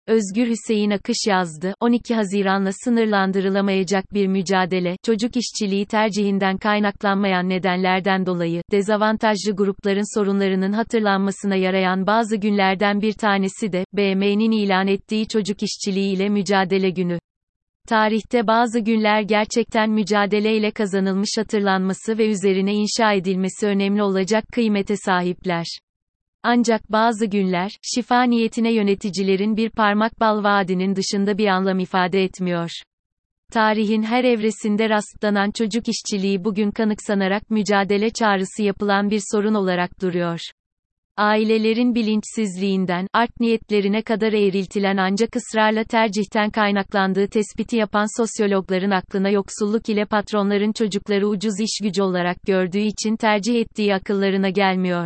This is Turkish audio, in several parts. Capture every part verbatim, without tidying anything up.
Özgür Hüseyin Akış yazdı, on iki Haziran'la sınırlandırılamayacak bir mücadele, çocuk işçiliği tercihinden kaynaklanmayan nedenlerden dolayı, dezavantajlı grupların sorunlarının hatırlanmasına yarayan bazı günlerden bir tanesi de, B M'nin ilan ettiği çocuk işçiliği ile mücadele günü. Tarihte bazı günler gerçekten mücadeleyle kazanılmış hatırlanması ve üzerine inşa edilmesi önemli olacak kıymete sahipler. Ancak bazı günler, şifa niyetine yöneticilerin bir parmak bal vaadinin dışında bir anlam ifade etmiyor. Tarihin her evresinde rastlanan çocuk işçiliği bugün kanıksanarak mücadele çağrısı yapılan bir sorun olarak duruyor. Ailelerin bilinçsizliğinden, art niyetlerine kadar eğriltilen ancak ısrarla tercihten kaynaklandığı tespiti yapan sosyologların aklına yoksulluk ile patronların çocukları ucuz iş gücü olarak gördüğü için tercih ettiği akıllarına gelmiyor.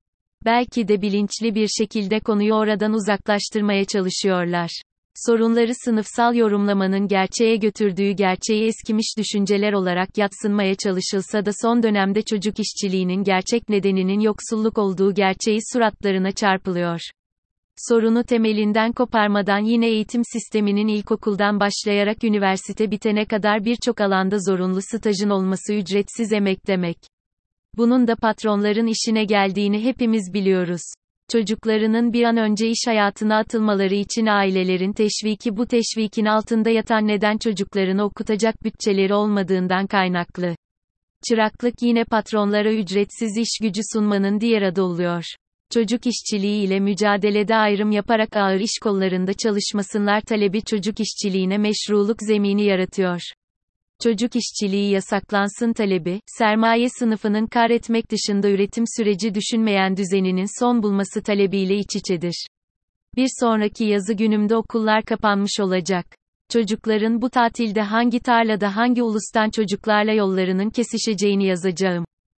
Belki de bilinçli bir şekilde konuyu oradan uzaklaştırmaya çalışıyorlar. Sorunları sınıfsal yorumlamanın gerçeğe götürdüğü gerçeği eskimiş düşünceler olarak yadsınmaya çalışılsa da son dönemde çocuk işçiliğinin gerçek nedeninin yoksulluk olduğu gerçeği suratlarına çarpılıyor. Sorunu temelinden koparmadan yine eğitim sisteminin ilkokuldan başlayarak üniversite bitene kadar birçok alanda zorunlu stajın olması ücretsiz emek demek. Bunun da patronların işine geldiğini hepimiz biliyoruz. Çocuklarının bir an önce iş hayatına atılmaları için ailelerin teşviki bu teşvikin altında yatan neden çocuklarını okutacak bütçeleri olmadığından kaynaklı. Çıraklık yine patronlara ücretsiz iş gücü sunmanın diğer adı oluyor. Çocuk işçiliği ile mücadelede ayrım yaparak ağır iş kollarında çalışmasınlar talebi çocuk işçiliğine meşruluk zemini yaratıyor. Çocuk işçiliği yasaklansın talebi, sermaye sınıfının kar etmek dışında üretim süreci düşünmeyen düzeninin son bulması talebiyle iç içedir. Bir sonraki yazı günümde okullar kapanmış olacak. Çocukların bu tatilde hangi tarlada hangi ulustan çocuklarla yollarının kesişeceğini yazacağım.